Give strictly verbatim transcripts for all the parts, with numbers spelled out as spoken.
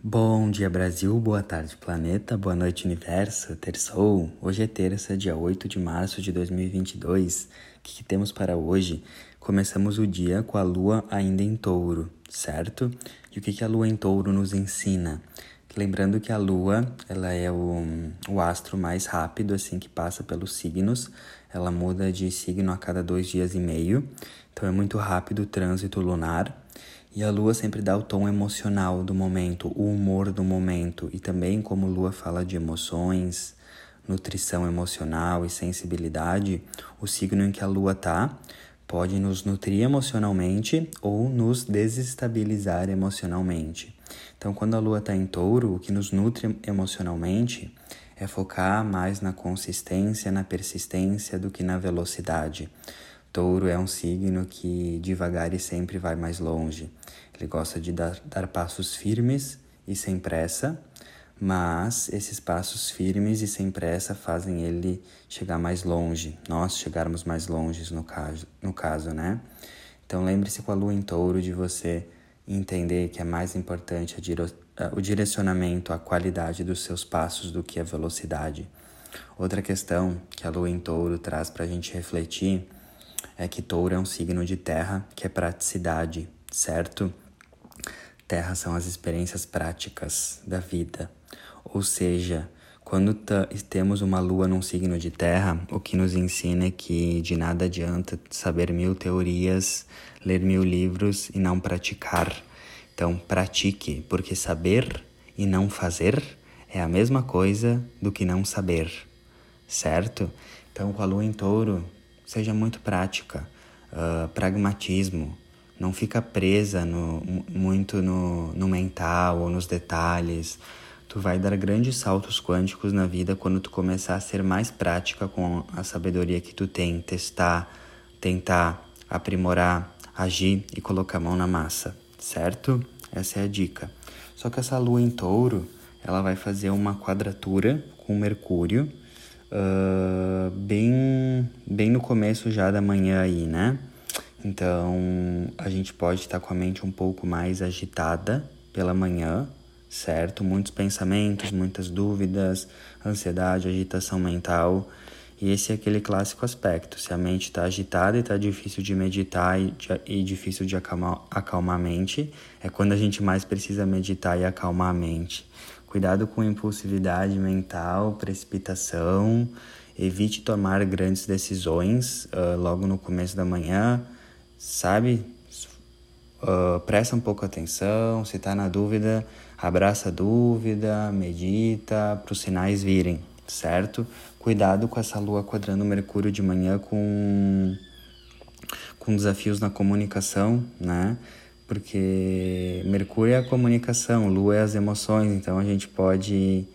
Bom dia, Brasil, boa tarde, planeta, boa noite, universo, terçou. Hoje é terça, dia oito de março de dois mil e vinte e dois. O que, que temos para hoje? Começamos o dia com a lua ainda em touro, certo? E o que, que a lua em touro nos ensina? Lembrando que a lua, ela é o, o astro mais rápido, assim, que passa pelos signos. Ela muda de signo a cada dois dias e meio, então é muito rápido o trânsito lunar. E a lua sempre dá o tom emocional do momento, o humor do momento. E também, como lua fala de emoções, nutrição emocional e sensibilidade, o signo em que a lua tá pode nos nutrir emocionalmente ou nos desestabilizar emocionalmente. Então, quando a lua tá em touro, o que nos nutre emocionalmente é focar mais na consistência, na persistência do que na velocidade. Touro é um signo que devagar e sempre vai mais longe. Ele gosta de dar, dar passos firmes e sem pressa, mas esses passos firmes e sem pressa fazem ele chegar mais longe, nós chegarmos mais longe no caso, no caso, né? Então lembre-se com a lua em touro de você entender que é mais importante a dire... o direcionamento, a qualidade dos seus passos do que a velocidade. Outra questão que a lua em touro traz para a gente refletir é que touro é um signo de terra, que é praticidade, certo? Terra são as experiências práticas da vida. Ou seja, quando temos uma lua num signo de terra, o que nos ensina é que de nada adianta saber mil teorias, ler mil livros e não praticar. Então, pratique, porque saber e não fazer é a mesma coisa do que não saber, certo? Então, com a lua em touro, seja muito prática, uh, pragmatismo, não fica presa no, muito no, no mental ou nos detalhes. Tu vai dar grandes saltos quânticos na vida quando tu começar a ser mais prática com a sabedoria que tu tem, testar, tentar, aprimorar, agir e colocar a mão na massa, certo? Essa é a dica. Só que essa lua em touro, ela vai fazer uma quadratura com Mercúrio, Uh, bem, bem no começo já da manhã aí, né? Então, a gente pode estar com a mente um pouco mais agitada pela manhã, certo? Muitos pensamentos, muitas dúvidas, ansiedade, agitação mental. E esse é aquele clássico aspecto. Se a mente está agitada e está difícil de meditar e, de, e difícil de acalmar, acalmar a mente, é quando a gente mais precisa meditar e acalmar a mente. Cuidado com impulsividade mental, precipitação, evite tomar grandes decisões uh, logo no começo da manhã, sabe? Uh, presta um pouco atenção, se está na dúvida, abraça a dúvida, medita para os sinais virem, certo? Cuidado com essa lua quadrando Mercúrio de manhã com, com desafios na comunicação, né? Porque Mercúrio é a comunicação, Lua é as emoções, então a gente pode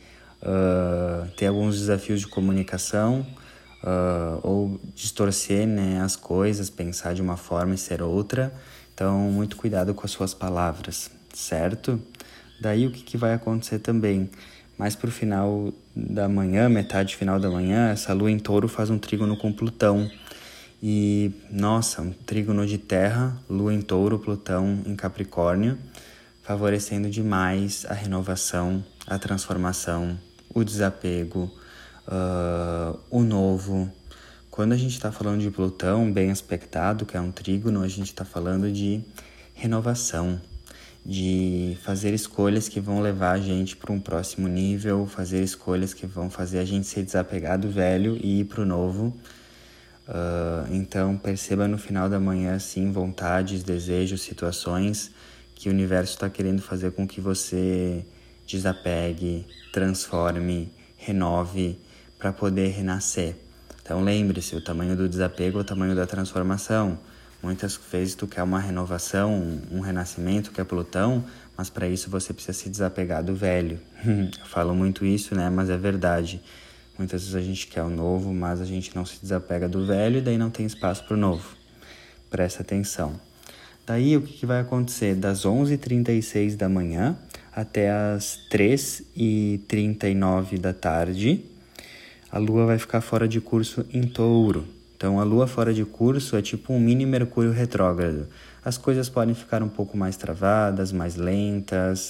uh, ter alguns desafios de comunicação uh, ou distorcer, né, as coisas, pensar de uma forma e ser outra. Então, muito cuidado com as suas palavras, certo? Daí o que, que vai acontecer também? Mais pro final da manhã, metade final da manhã, essa Lua em touro faz um trígono com Plutão. E, nossa, um trígono de terra, lua em touro, Plutão em Capricórnio, favorecendo demais a renovação, a transformação, o desapego, uh, o novo. Quando a gente está falando de Plutão bem aspectado, que é um trígono, a gente está falando de renovação, de fazer escolhas que vão levar a gente para um próximo nível, fazer escolhas que vão fazer a gente se desapegar do velho e ir para o novo. Uh, então perceba no final da manhã assim, vontades, desejos, situações que o universo está querendo fazer com que você desapegue, transforme, renove para poder renascer. Então lembre-se, o tamanho do desapego é o tamanho da transformação. Muitas vezes tu quer uma renovação, um renascimento, que é Plutão, mas para isso você precisa se desapegar do velho. Eu falo muito isso, né? Mas é verdade. Muitas vezes a gente quer o novo, mas a gente não se desapega do velho e daí não tem espaço para o novo. Presta atenção. Daí o que, que vai acontecer? Das onze e trinta e seis da manhã até as três e trinta e nove da tarde, a Lua vai ficar fora de curso em touro. Então a Lua fora de curso é tipo um mini Mercúrio retrógrado. As coisas podem ficar um pouco mais travadas, mais lentas,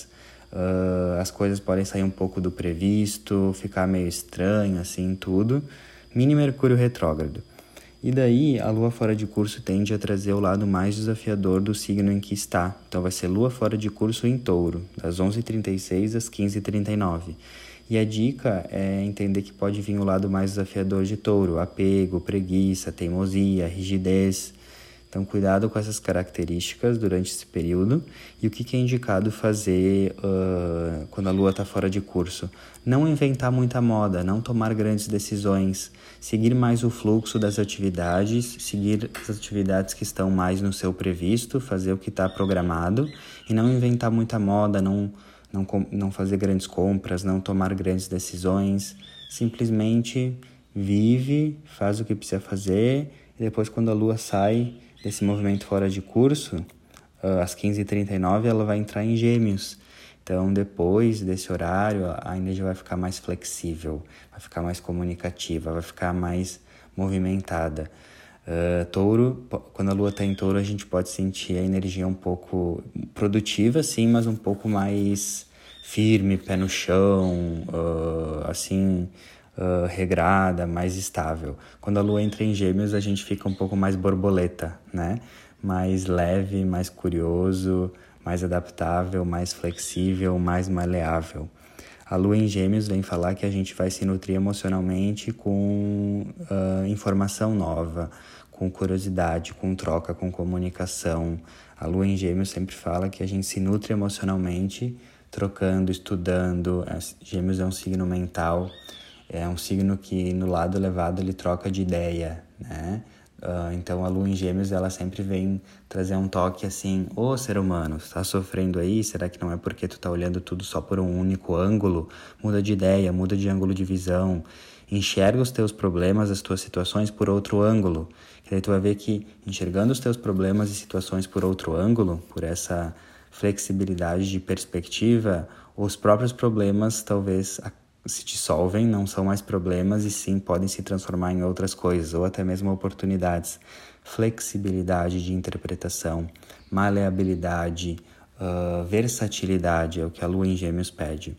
uh, as coisas podem sair um pouco do previsto, ficar meio estranho, assim, tudo. Mini Mercúrio retrógrado. E daí, a lua fora de curso tende a trazer o lado mais desafiador do signo em que está. Então, vai ser lua fora de curso em touro, das onze e trinta e seis às quinze e trinta e nove. E a dica é entender que pode vir o lado mais desafiador de touro, apego, preguiça, teimosia, rigidez. Então, cuidado com essas características durante esse período. E o que, que é indicado fazer uh, quando a lua está fora de curso? Não inventar muita moda, não tomar grandes decisões, seguir mais o fluxo das atividades, seguir as atividades que estão mais no seu previsto, fazer o que está programado e não inventar muita moda, não, não, não fazer grandes compras, não tomar grandes decisões. Simplesmente vive, faz o que precisa fazer e depois, quando a lua sai desse movimento fora de curso, uh, às quinze e trinta e nove, ela vai entrar em Gêmeos. Então, depois desse horário, a energia vai ficar mais flexível, vai ficar mais comunicativa, vai ficar mais movimentada. Uh, touro, quando a lua está em touro, a gente pode sentir a energia um pouco produtiva, sim, mas um pouco mais firme, pé no chão, uh, assim... Uh, regrada, mais estável. Quando a lua entra em Gêmeos, a gente fica um pouco mais borboleta, né? Mais leve, mais curioso, mais adaptável, mais flexível, mais maleável. A lua em Gêmeos vem falar que a gente vai se nutrir emocionalmente com uh, informação nova, com curiosidade, com troca, com comunicação. A lua em Gêmeos sempre fala que a gente se nutre emocionalmente, trocando, estudando. Gêmeos é um signo mental. É um signo que no lado elevado ele troca de ideia, né? Uh, então a lua em Gêmeos, ela sempre vem trazer um toque assim: ô ser humano, você tá sofrendo aí? Será que não é porque tu tá olhando tudo só por um único ângulo? Muda de ideia, muda de ângulo de visão, enxerga os teus problemas, as tuas situações por outro ângulo. Que daí tu vai ver que enxergando os teus problemas e situações por outro ângulo, por essa flexibilidade de perspectiva, os próprios problemas talvez se dissolvem, não são mais problemas e sim podem se transformar em outras coisas ou até mesmo oportunidades. Flexibilidade de interpretação, maleabilidade, uh, versatilidade é o que a lua em Gêmeos pede.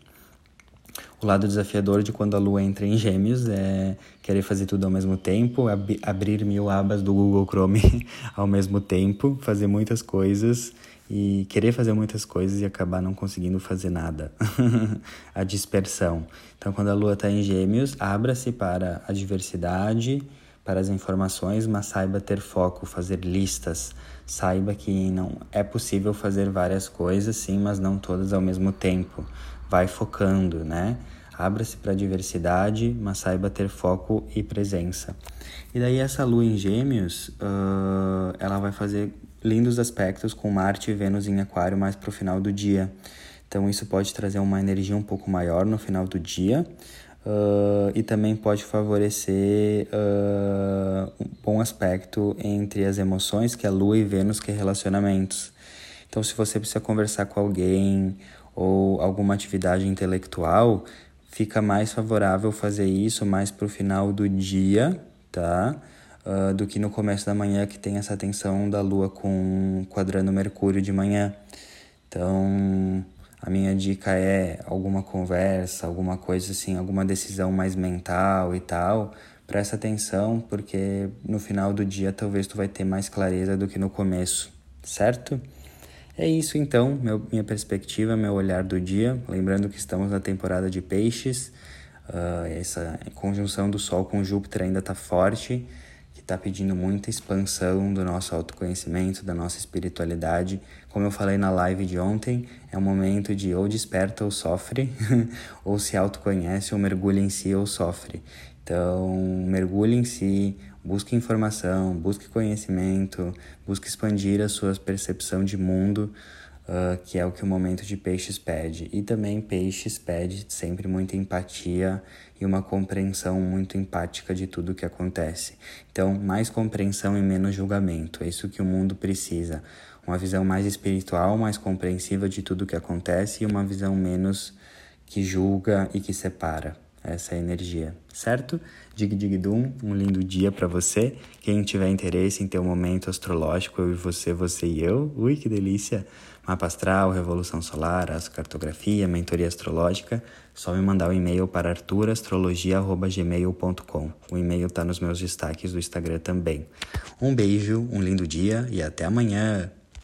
O lado desafiador de quando a lua entra em Gêmeos é querer fazer tudo ao mesmo tempo, ab- abrir mil abas do Google Chrome ao mesmo tempo, fazer muitas coisas e querer fazer muitas coisas e acabar não conseguindo fazer nada. A dispersão. Então, quando a lua está em Gêmeos, abra-se para a diversidade, para as informações, mas saiba ter foco, fazer listas. Saiba que não é possível fazer várias coisas, sim, mas não todas ao mesmo tempo. Vai focando, né? Abra-se para a diversidade, mas saiba ter foco e presença. E daí essa lua em Gêmeos, uh, ela vai fazer lindos aspectos com Marte e Vênus em Aquário mais para o final do dia. Então isso pode trazer uma energia um pouco maior no final do dia uh, e também pode favorecer uh, um bom aspecto entre as emoções, que é Lua, e Vênus, que é relacionamentos. Então, se você precisa conversar com alguém ou alguma atividade intelectual, fica mais favorável fazer isso mais para o final do dia, tá? Uh, do que no começo da manhã, que tem essa tensão da Lua com quadrando Mercúrio de manhã. Então, a minha dica é alguma conversa, alguma coisa assim, alguma decisão mais mental e tal. Presta atenção, porque no final do dia talvez tu vai ter mais clareza do que no começo, certo? É isso então, meu, minha perspectiva, meu olhar do dia. Lembrando que estamos na temporada de peixes, uh, essa conjunção do Sol com Júpiter ainda está forte, que está pedindo muita expansão do nosso autoconhecimento, da nossa espiritualidade. Como eu falei na live de ontem, é um momento de ou desperta ou sofre, ou se autoconhece, ou mergulha em si ou sofre. Então, mergulhe em si, busque informação, busque conhecimento, busque expandir a sua percepção de mundo, uh, que é o que o momento de peixes pede. E também peixes pede sempre muita empatia e uma compreensão muito empática de tudo o que acontece. Então, mais compreensão e menos julgamento, é isso que o mundo precisa. Uma visão mais espiritual, mais compreensiva de tudo o que acontece e uma visão menos que julga e que separa. Essa é a energia, certo? Dig Dig Dum, um lindo dia para você. Quem tiver interesse em ter um momento astrológico, eu e você, você e eu, ui, que delícia! mapa astral, revolução solar, astrocartografia, mentoria astrológica, só me mandar um e-mail para arthur astrologia arroba gmail ponto com. O e-mail tá nos meus destaques do Instagram também. Um beijo, um lindo dia e até amanhã!